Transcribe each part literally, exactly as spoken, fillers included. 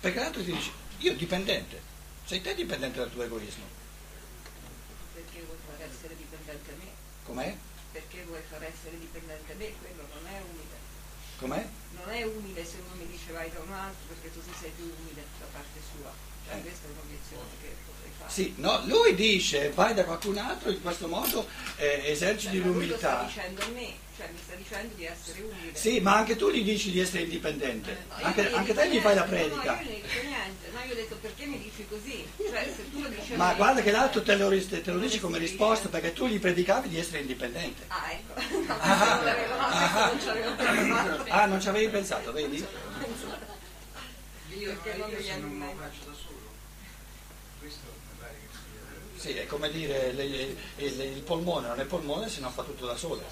Perché l'altro ti dice, io dipendente, sei te dipendente dal tuo egoismo. Perché vuoi far essere dipendente a me? Com'è? Perché vuoi far essere dipendente a me? Quello non è umile. Com'è? Non è umile se uno mi dice vai da un altro perché tu ti sei più umile da parte sua. Cioè, Eh. questa è un'obiezione che potrei fare. Sì, no, lui dice vai da qualcun altro, in questo modo eh, eserciti Cioè, ma lui lo sta l'umiltà. dicendo a me, cioè mi sta dicendo di essere umile. Sì, ma anche tu gli dici di essere indipendente, Eh, no, io anche, non gli anche dico te gli fai la niente, predica. No, no, io non gli dico niente, no, io ho detto perché mi dici così? Cioè, se tu lo dici a Ma me, guarda che l'altro te lo, ris- te lo come dici si come dice? risposta perché tu gli predicavi di essere indipendente. Ah, ecco, no, questo Ah, non l'avevo, no, questo ah, non ci avevo pensato. ah, non ci avevi pensato, vedi? Non ci avevo pensato. Io, Perché non io mi se non viene lo in mente. faccio da solo, questo mi pare che sia... Sì, è come dire le- le- il, il polmone non è polmone se non fa tutto da solo.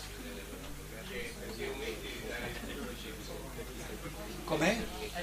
Com'è?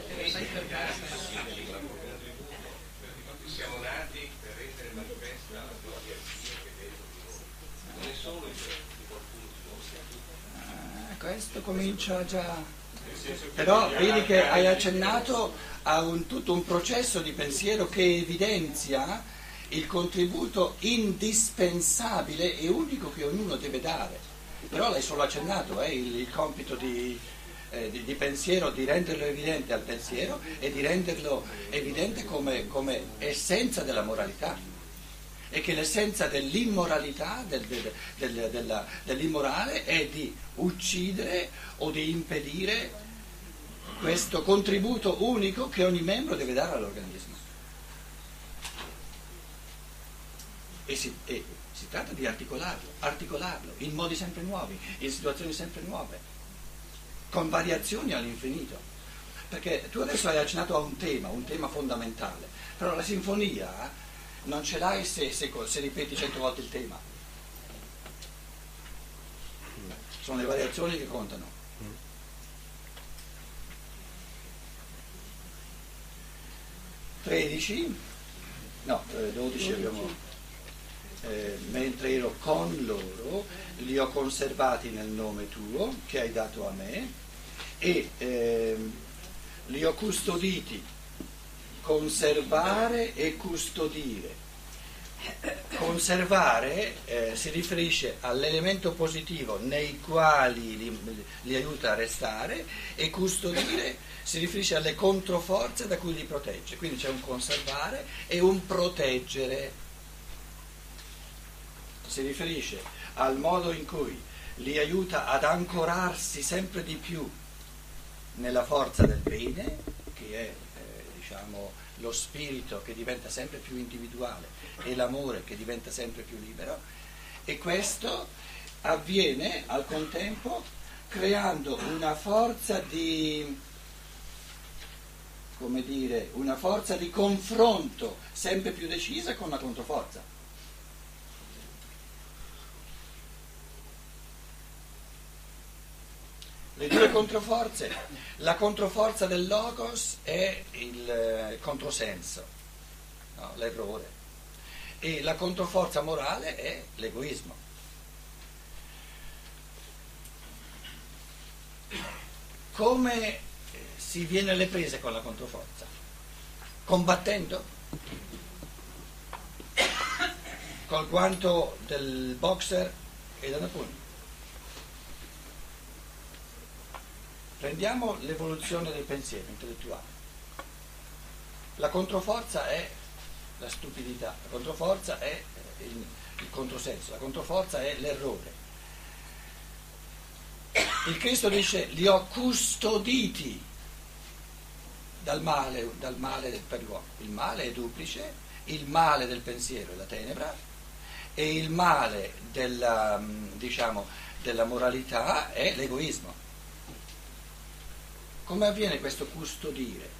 Siamo nati per rendere manifesta la gloria di Dio che è dentro di noi. Non è solo il di qualcuno di noi. Ah, questo comincia già. Però vedi che hai accennato a un, tutto un processo di pensiero che evidenzia il contributo indispensabile e unico che ognuno deve dare. Però l'hai solo accennato, eh, il, il compito di, eh, di, di pensiero, di renderlo evidente al pensiero e di renderlo evidente come, come essenza della moralità. E che l'essenza dell'immoralità, del, del, del, della, dell'immorale è di uccidere o di impedire questo contributo unico che ogni membro deve dare all'organismo. E si, e si tratta di articolarlo, articolarlo in modi sempre nuovi, in situazioni sempre nuove, con variazioni all'infinito. Perché tu adesso hai accennato a un tema, un tema fondamentale, però la sinfonia non ce l'hai se, se, se ripeti cento volte il tema. Sono le variazioni che contano. tredici, no, dodici abbiamo, eh, mentre ero con loro, li ho conservati nel nome tuo che hai dato a me e eh, li ho custoditi, conservare e custodire. Conservare eh, si riferisce all'elemento positivo nei quali li, li aiuta a restare e custodire si riferisce alle controforze da cui li protegge. Quindi c'è un conservare e un proteggere. Si riferisce al modo in cui li aiuta ad ancorarsi sempre di più nella forza del bene, che è eh, diciamo lo spirito che diventa sempre più individuale e l'amore che diventa sempre più libero, e questo avviene al contempo creando una forza di, come dire, una forza di confronto sempre più decisa con la controforza. Le due controforze, la controforza del logos è il controsenso, no? L'errore, e la controforza morale è l'egoismo. Come si viene alle prese con la controforza? Combattendo? Col guanto del boxer e da pugno. Prendiamo l'evoluzione del pensiero intellettuale. La controforza è la stupidità, la controforza è il, il controsenso, la controforza è l'errore. Il Cristo dice li ho custoditi dal male, dal male per l'uomo. Il male è duplice, il male del pensiero è la tenebra e il male della, diciamo, della moralità è l'egoismo. Come avviene questo custodire?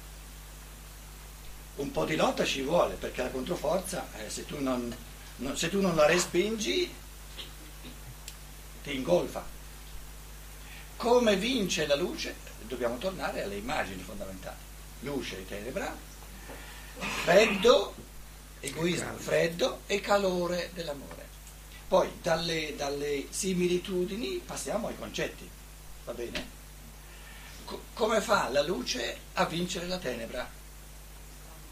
Un po' di lotta ci vuole, perché la controforza, eh, se, tu non, non, se tu non la respingi, ti ingolfa. Come vince la luce? Dobbiamo tornare alle immagini fondamentali. Luce e tenebra, freddo, egoismo, freddo e calore dell'amore. Poi dalle, dalle similitudini passiamo ai concetti, va bene? Come fa la luce a vincere la tenebra?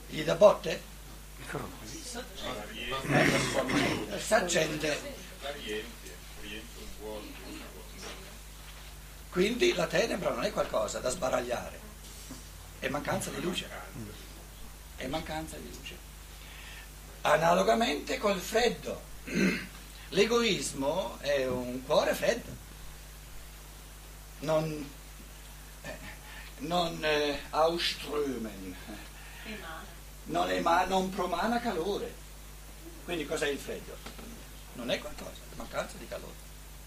Gli dà botte? Allora, riempie, Eh, s'accende. la riempie, riempie un vuoto, una cosa. Quindi la tenebra non è qualcosa da sbaragliare, è mancanza di luce. È mancanza di luce. Analogamente col freddo. L'egoismo è un cuore freddo. Non, eh, non eh, ausströmen, non, ema, non promana calore. Quindi cos'è il freddo? Non è qualcosa, è mancanza di calore.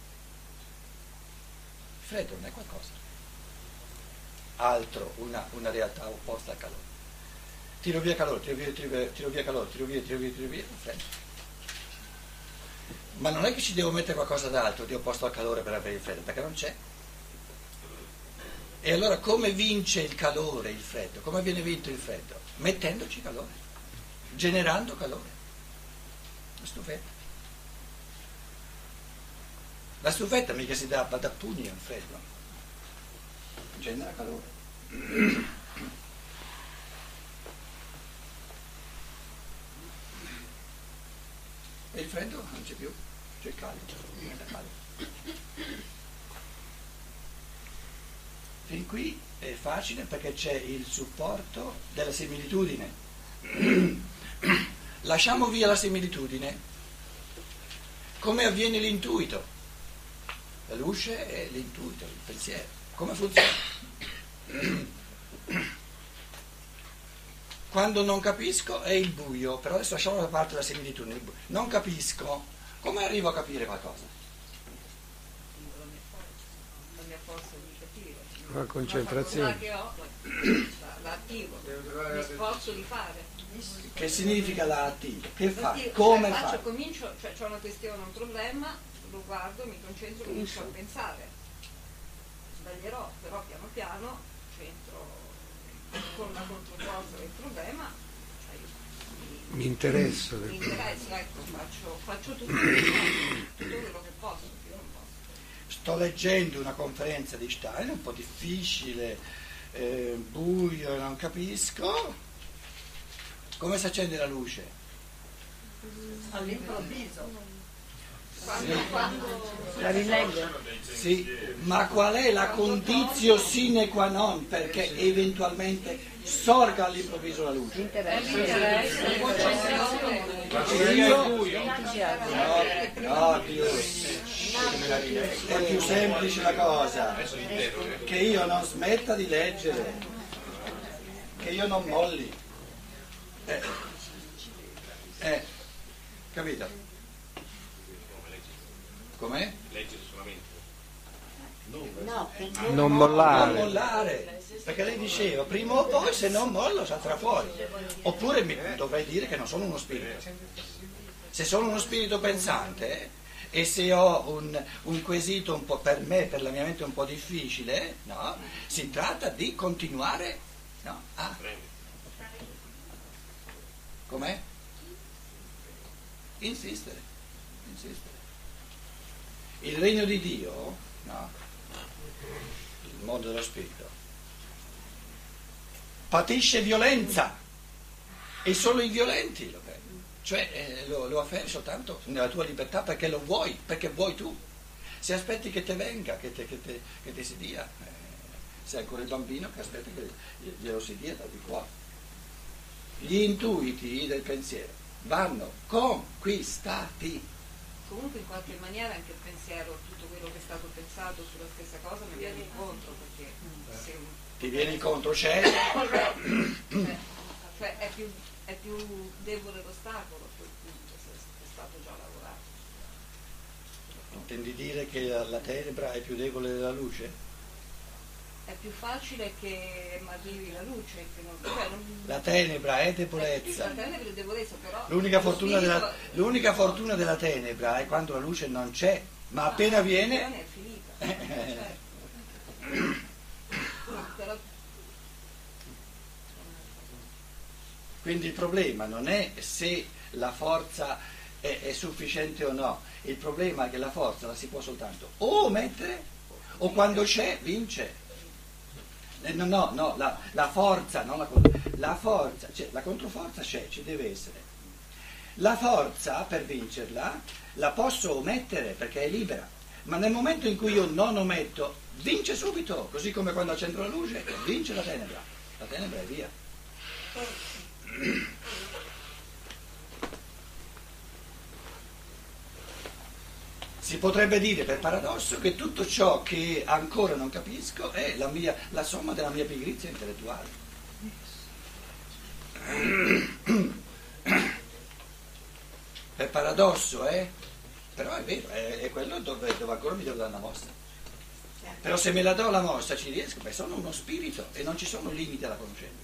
Il freddo non è qualcosa. Altro, una, una realtà opposta al calore. Tiro via calore, tiro via, tiro via, tiro via calore, tiro via, tiro via, tiro via, freddo. Ma non è che ci devo mettere qualcosa d'altro di opposto al calore per avere il freddo, perché non c'è. E allora come vince il calore, il freddo? Come viene vinto il freddo? Mettendoci calore, generando calore. La stufetta. La stufetta mica si dà da pugni al freddo, genera calore. E il freddo non c'è più, c'è il caldo, diventa caldo. Fin qui è facile perché c'è il supporto della similitudine. Lasciamo via la similitudine. Come avviene l'intuito? La luce è l'intuito, il pensiero. Come funziona? Quando non capisco è il buio, però adesso lasciamo da parte la similitudine. Il buio. Non capisco, come arrivo a capire qualcosa? La mia forza di capire. La concentrazione. La che ho, la attivo, mi sforzo di fare. Che significa la attivo? Che fa? Attivo, Come cioè, fa? faccio, comincio, cioè c'è una questione, un problema, lo guardo, mi concentro, comincio a pensare. Sbaglierò, però piano piano centro con la controforza del problema, cioè io, Mi interessa. mi, mi interessa, ecco, faccio, faccio tutto, tutto quello che posso, più non posso. Sto leggendo una conferenza di Stein, un po' difficile, eh, buio, non capisco. Come si accende la luce? All'improvviso. La rileggo. Sì, ma qual è la condizio sine qua non perché eventualmente sorga all'improvviso la luce? Interesse. Io? Entusiasmo. No, no, più. È più semplice la cosa, che io non smetta di leggere, che io non molli. Eh, eh, capito? Com'è? Leggere solamente. No, Non Non mollare. mollare, perché lei diceva prima o poi se non mollo salterà fuori, oppure mi dovrei dire che non sono uno spirito. Se sono uno spirito pensante e se ho un, un quesito un po' per me, per la mia mente un po' difficile, no? Si tratta di continuare, no? a com'è? Insistere, insistere. Il regno di Dio, no? Il mondo dello spirito, patisce violenza e solo i violenti lo prendono, cioè eh, lo, lo afferri soltanto nella tua libertà perché lo vuoi, perché vuoi tu. Se aspetti che te venga, che te, che te, che te si dia, eh, sei ancora il bambino che aspetta che glielo si dia da di cuore. Gli intuiti del pensiero vanno conquistati. Comunque in qualche maniera anche il pensiero, tutto quello che è stato pensato sulla stessa cosa mi viene incontro, perché se un- Ti viene incontro, c'è? cioè, cioè è, più, è più debole l'ostacolo a quel punto se è stato già lavorato. Intendi dire che la, la tenebra è più debole della luce? È più facile che mi arrivi la luce, che non, cioè non, La tenebra è la debolezza. tenebra è debolezza, però L'unica lo fortuna, della, spirito- l'unica fortuna della tenebra è quando la luce non c'è, ma appena viene... è finita. Certo. Però Quindi il problema non è se la forza è, è sufficiente o no, il problema è che la forza la si può soltanto o mettere o quando c'è vince. Eh, no, no, no, la, la forza, non la, la forza, cioè, la controforza c'è, ci deve essere. La forza, per vincerla, la posso omettere perché è libera, ma nel momento in cui io non ometto, vince subito, così come quando accendo la luce, vince la tenebra, la tenebra è via. Si potrebbe dire per paradosso che tutto ciò che ancora non capisco è la, mia, la somma della mia pigrizia intellettuale. Per paradosso, eh? Però è vero, è, è quello dove, dove ancora mi devo dare una mossa. Però se me la do la mossa ci riesco, beh, sono uno spirito e non ci sono limiti alla conoscenza.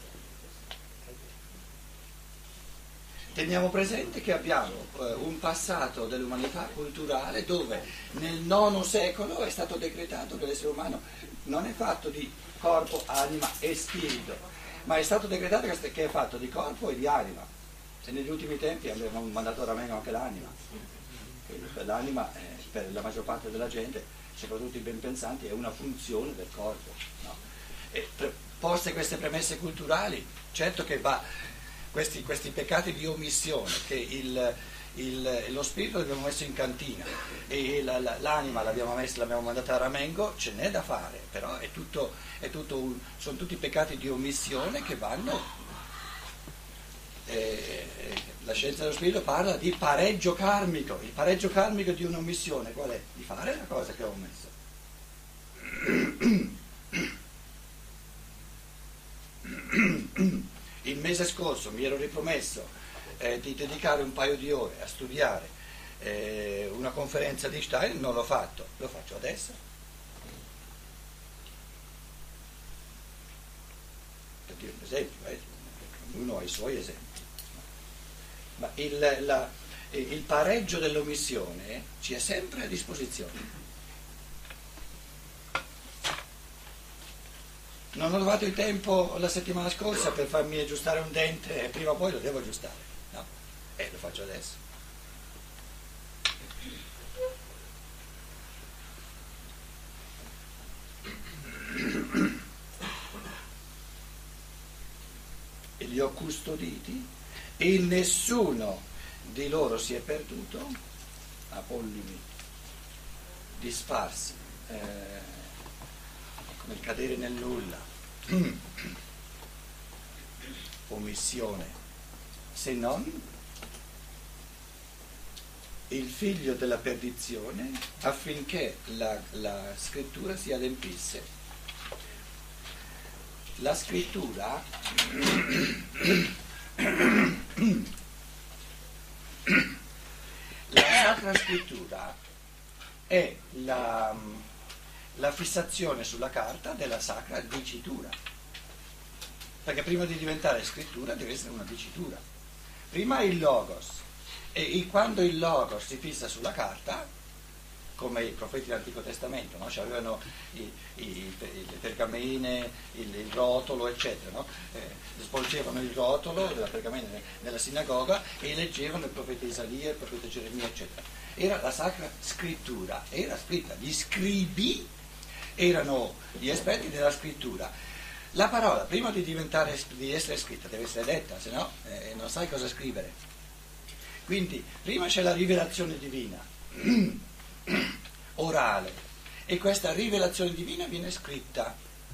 Teniamo presente che abbiamo eh, un passato dell'umanità culturale dove nel nono secolo è stato decretato che l'essere umano non è fatto di corpo, anima e spirito, ma è stato decretato che è fatto di corpo e di anima. E negli ultimi tempi abbiamo mandato a ramengo anche l'anima. Quindi per l'anima, eh, per la maggior parte della gente, soprattutto i ben pensanti, è una funzione del corpo. No? E pre- poste queste premesse culturali, certo che va... Questi, questi peccati di omissione che il, il, lo spirito l'abbiamo messo in cantina e la, la, l'anima l'abbiamo messa, l'abbiamo mandata a ramengo, ce n'è da fare, però è tutto, è tutto un, sono tutti peccati di omissione che vanno. Eh, la scienza dello spirito parla di pareggio karmico. Il pareggio karmico di un'omissione qual è? Di fare la cosa che ho omesso. Il mese scorso mi ero ripromesso eh, di dedicare un paio di ore a studiare eh, una conferenza di Stein, non l'ho fatto, lo faccio adesso. Per dire un esempio, eh, ognuno ha i suoi esempi. Ma il, la, il pareggio dell'omissione ci è sempre a disposizione. Non ho trovato il tempo la settimana scorsa per farmi aggiustare un dente e prima o poi lo devo aggiustare, no? E lo faccio adesso. E li ho custoditi e nessuno di loro si è perduto a pollimi disparsi. Eh, nel cadere nel nulla, omissione, se non il figlio della perdizione affinché la, la scrittura si adempisse. La scrittura la Sacra Scrittura è la la fissazione sulla carta della sacra dicitura, perché prima di diventare scrittura deve essere una dicitura. Prima il logos, e quando il logos si fissa sulla carta, come i profeti dell'Antico Testamento, no? Cioè avevano i, i, le pergamene, il, il rotolo, eccetera, no? eh, svolgevano il rotolo della pergamena nella sinagoga e leggevano il profeta Isaia, il profeta Geremia, eccetera. Era la Sacra Scrittura, era scritta, gli scribi erano gli esperti della scrittura. La parola, prima di diventare, di essere scritta, deve essere detta, se no eh, non sai cosa scrivere. Quindi prima c'è la rivelazione divina, orale, e questa rivelazione divina viene scritta.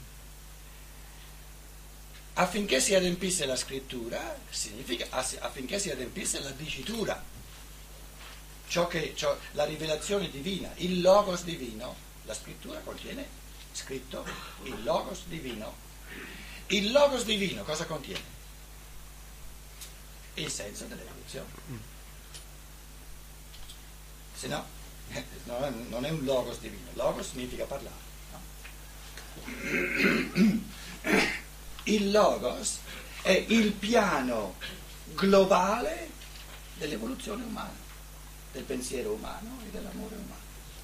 Affinché si adempisse la scrittura, significa affinché si adempisse la dicitura, ciò che, ciò, la rivelazione divina, il logos divino. La scrittura contiene scritto il logos divino. Il logos divino cosa contiene? Il senso dell'evoluzione. Se no, non è un logos divino. Logos significa parlare. No? Il logos è il piano globale dell'evoluzione umana, del pensiero umano e dell'amore umano.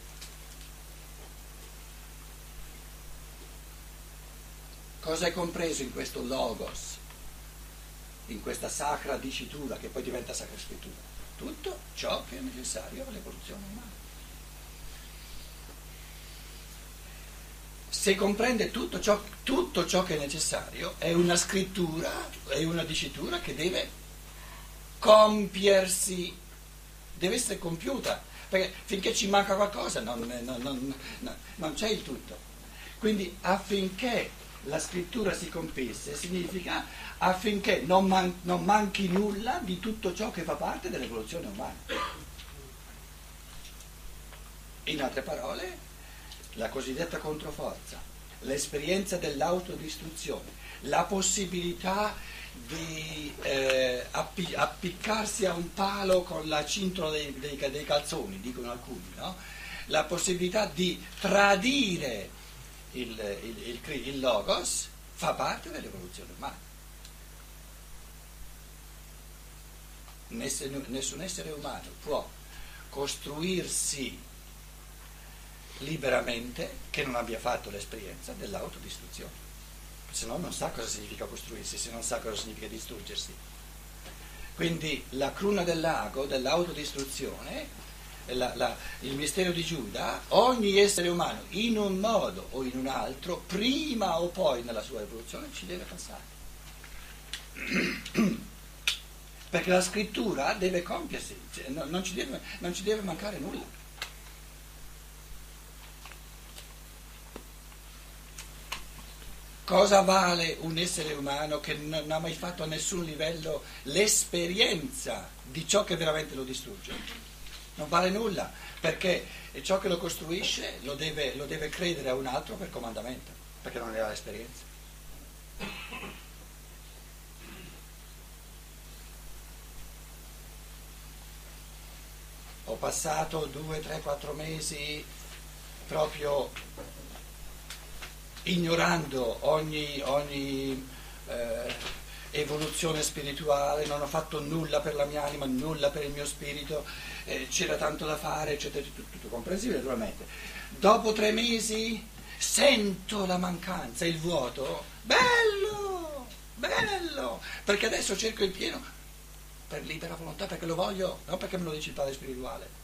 Cosa è compreso in questo logos, in questa sacra dicitura che poi diventa sacra scrittura? Tutto ciò che è necessario all'evoluzione umana. se comprende tutto ciò, tutto ciò che è necessario, è una scrittura, è una dicitura che deve compiersi, deve essere compiuta, perché finché ci manca qualcosa non, non, non, non, non c'è il tutto. Quindi affinché la scrittura si compisse significa affinché non, man, non manchi nulla di tutto ciò che fa parte dell'evoluzione umana. In altre parole, la cosiddetta controforza, l'esperienza dell'autodistruzione, la possibilità di eh, appi- appiccarsi a un palo con la cintola dei, dei, dei calzoni, dicono alcuni, no? La possibilità di tradire il, il, il, il logos fa parte dell'evoluzione umana. Nessun, nessun essere umano può costruirsi liberamente che non abbia fatto l'esperienza dell'autodistruzione, se no non sa cosa significa costruirsi, se non sa cosa significa distruggersi. Quindi la cruna del lago dell'autodistruzione, la, la, il mistero di Giuda, ogni essere umano in un modo o in un altro, prima o poi nella sua evoluzione ci deve passare, perché la scrittura deve compiersi, cioè, no, non, ci deve, non ci deve mancare nulla. Cosa vale un essere umano che non ha mai fatto a nessun livello l'esperienza di ciò che veramente lo distrugge? Non vale nulla, perché ciò che lo costruisce lo deve, lo deve credere a un altro per comandamento, perché non ne ha l'esperienza. Ho passato due, tre, quattro mesi proprio ignorando ogni, ogni eh, evoluzione spirituale, non ho fatto nulla per la mia anima, nulla per il mio spirito, eh, c'era tanto da fare, eccetera, tutto, tutto comprensibile naturalmente. Dopo tre mesi sento la mancanza, il vuoto, bello, bello, perché adesso cerco il pieno per libera volontà, perché lo voglio, non perché me lo dice il padre spirituale.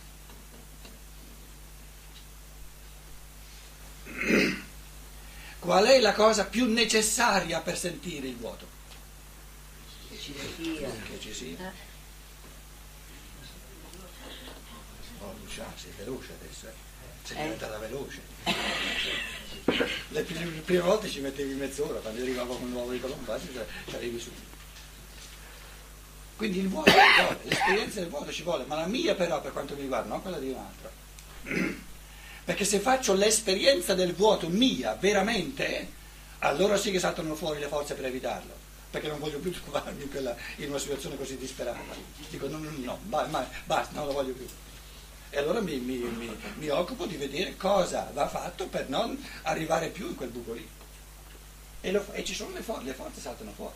Qual è la cosa più necessaria per sentire il vuoto? Che ci sia. Che ci sia. Oh, Luciano, sei veloce adesso, eh? Sei Eh. diventata veloce. Le prime, le prime volte ci mettevi mezz'ora, quando arrivavo con un uovo di colombo, ci arrivi subito. Quindi il vuoto ci vuole, l'esperienza del vuoto ci vuole, ma la mia però per quanto mi riguarda, non quella di un altro. Perché se faccio l'esperienza del vuoto mia veramente, allora sì che saltano fuori le forze per evitarlo, perché non voglio più trovarmi in, quella, in una situazione così disperata. Dico no, no, no, basta, basta, non lo voglio più. E allora mi, mi, mi, mi occupo di vedere cosa va fatto per non arrivare più in quel buco lì. E, lo, e ci sono le forze, le forze saltano fuori.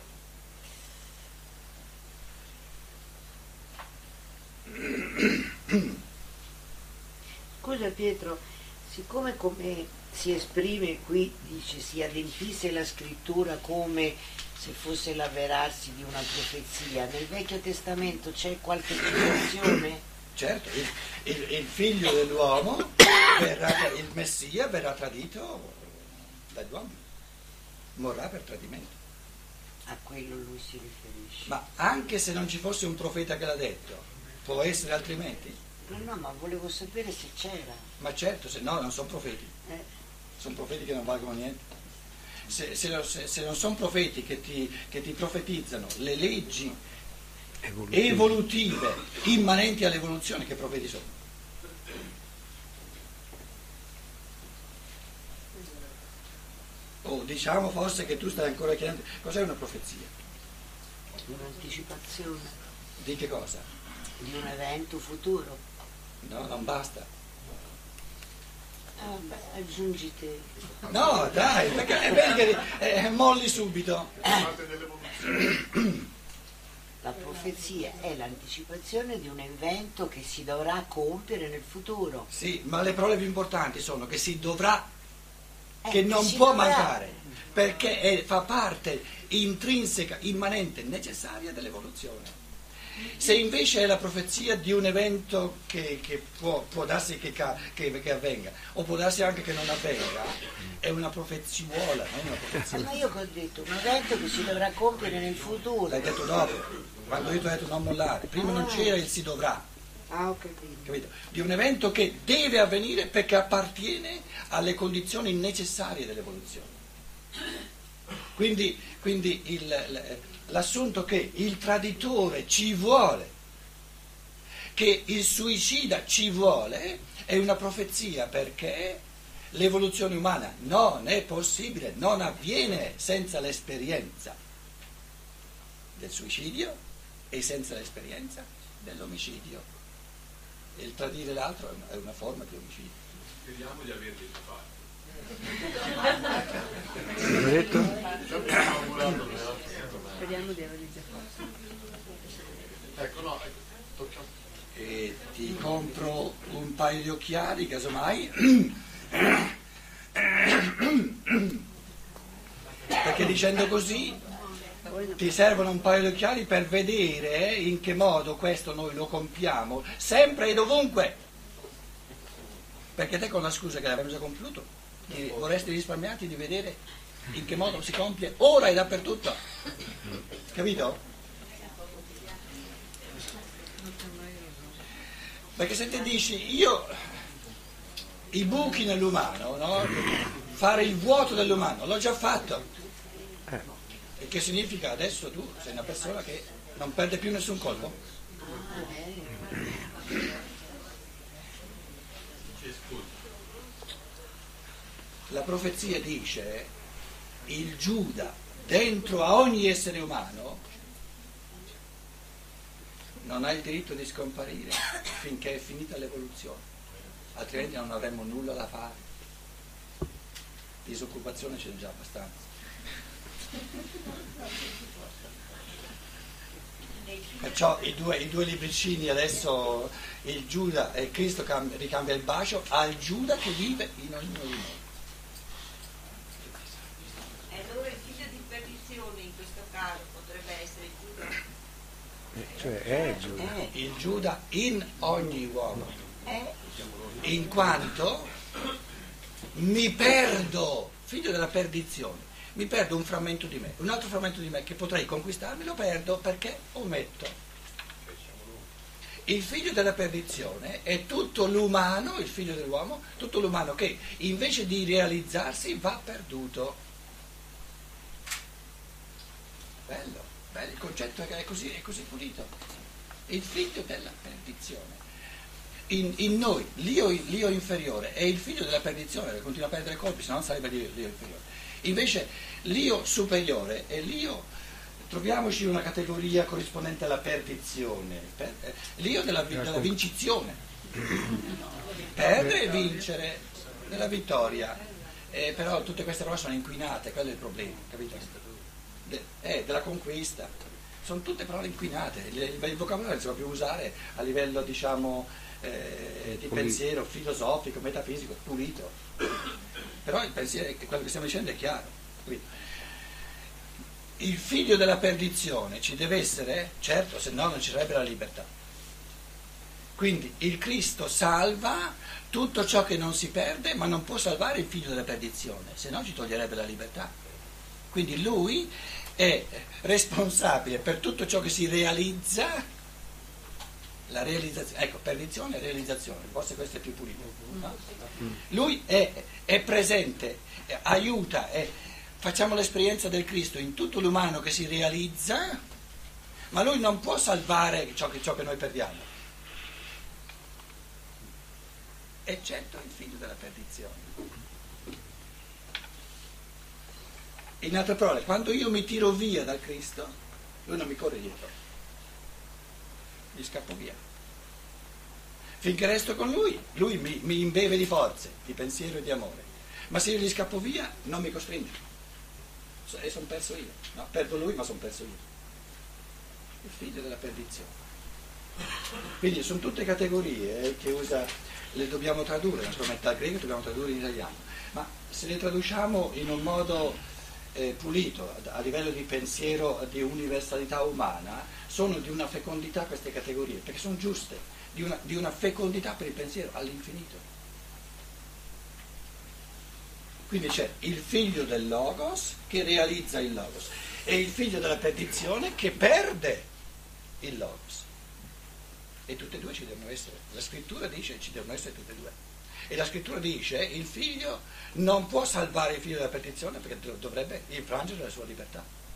Scusa Pietro, siccome come si esprime qui, dice si adempisse la scrittura come se fosse l'avverarsi di una profezia, nel Vecchio Testamento c'è qualche citazione? Certo, il, il, il figlio dell'uomo, verrà, il Messia verrà tradito dagli uomini, morrà per tradimento. A quello lui si riferisce. Ma anche se non ci fosse un profeta che l'ha detto, può essere altrimenti? No, no, ma volevo sapere se c'era. Ma certo, se no non sono profeti, Eh, sono profeti che non valgono niente. Se, se, se, se non sono profeti che ti, che ti profetizzano le leggi Evolutivo. evolutive immanenti all'evoluzione, che profeti sono? O diciamo forse che tu stai ancora chiedendo cos'è una profezia? un'anticipazione Di che cosa? di un evento futuro. No, non basta. Ah, beh, aggiungi te. No, dai, perché è bene che eh, molli subito. parte dell'evoluzione. La profezia è l'anticipazione di un evento che si dovrà compiere nel futuro. Sì, ma le parole più importanti sono che si dovrà, Eh, che non si può dovrà. mancare, perché è, fa parte intrinseca, immanente, necessaria dell'evoluzione. Se invece è la profezia di un evento che, che può, può darsi che, che, che avvenga, o può darsi anche che non avvenga, è una profeziola, non è una profezia. Ma io che ho detto, un evento che si dovrà compiere nel futuro. L'hai detto dopo, quando io ti ho detto non mollare, prima non c'era il si dovrà. Ah, ho capito. Capito? Di un evento che deve avvenire perché appartiene alle condizioni necessarie dell'evoluzione. Quindi, quindi il, l'assunto che il traditore ci vuole, che il suicida ci vuole, è una profezia, perché l'evoluzione umana non è possibile, non avviene senza l'esperienza del suicidio e senza l'esperienza dell'omicidio. E il tradire l'altro è una, è una forma di omicidio. Speriamo di averli già fatti. L'ho detto? Speriamo di averli già fatti. Ecco, no, ecco, tocchiamo. E ti compro un paio di occhiali, casomai, perché dicendo così ti servono un paio di occhiali per vedere in che modo questo noi lo compiamo, sempre e dovunque. Perché te con la scusa che l'abbiamo già compiuto, vorresti risparmiarti di vedere in che modo si compie ora e dappertutto. Capito? Perché se te dici, io i buchi nell'umano, no? Fare il vuoto dell'umano, l'ho già fatto. E che significa adesso tu sei una persona che non perde più nessun colpo? La profezia dice il Giuda dentro a ogni essere umano non ha il diritto di scomparire finché è finita l'evoluzione, altrimenti non avremmo nulla da fare. Disoccupazione ce n'è già abbastanza. Perciò i due, i due libricini adesso, il Giuda e Cristo cambia, ricambia il bacio al Giuda che vive in ognuno di noi. E allora il figlio di perdizione in questo caso potrebbe essere Giuda? Eh, cioè è Giuda. Eh, Il Giuda in ogni uomo, eh, in quanto mi perdo, figlio della perdizione, mi perdo un frammento di me, un altro frammento di me che potrei conquistarmi, lo perdo perché ometto. Il figlio della perdizione è tutto l'umano, il figlio dell'uomo, tutto l'umano che invece di realizzarsi va perduto. Bello, bello, il concetto è così, è così pulito. Il figlio della perdizione. In, in noi, l'io, l'io inferiore è il figlio della perdizione, che continua a perdere colpi, se no sarebbe l'io, l'io inferiore. Invece l'io superiore è l'io, troviamoci una categoria corrispondente alla perdizione, per, eh, l'io della, della vincizione, perdere e vincere, della vittoria, eh, però tutte queste parole sono inquinate, quello è il problema, capito? De, eh, della conquista, sono tutte parole inquinate, il, il, il vocabolario non si può più usare a livello, diciamo, eh, di pensiero filosofico, metafisico, pulito. Però il pensiero, quello che stiamo dicendo è chiaro. Il figlio della perdizione ci deve essere, certo, se no non ci sarebbe la libertà. Quindi il Cristo salva tutto ciò che non si perde, ma non può salvare il figlio della perdizione, se no ci toglierebbe la libertà. Quindi lui è responsabile per tutto ciò che si realizza. La realizzazione, ecco, perdizione e realizzazione, forse questo è più pulito, no? Lui è, è presente, aiuta, è, facciamo l'esperienza del Cristo in tutto l'umano che si realizza, ma lui non può salvare ciò che, ciò che noi perdiamo, eccetto il figlio della perdizione. In altre parole, quando io mi tiro via dal Cristo, lui non mi corre dietro. Gli scappo via. Finché resto con lui, lui mi, mi imbeve di forze, di pensiero e di amore. Ma se io gli scappo via, non mi costringe. E sono perso io. No, perdo lui, ma sono perso io. Il figlio della perdizione. Quindi sono tutte categorie che usa, le dobbiamo tradurre, naturalmente dal greco dobbiamo tradurre in italiano. Ma se le traduciamo in un modo eh, pulito, a, a livello di pensiero, di universalità umana, sono di una fecondità queste categorie, perché sono giuste, di una, di una fecondità per il pensiero all'infinito. Quindi c'è il figlio del Logos che realizza il Logos e il figlio della perdizione che perde il Logos. E tutte e due ci devono essere. La scrittura dice ci devono essere tutte e due. E la scrittura dice il figlio non può salvare il figlio dalla perdizione perché dovrebbe infrangere la sua libertà.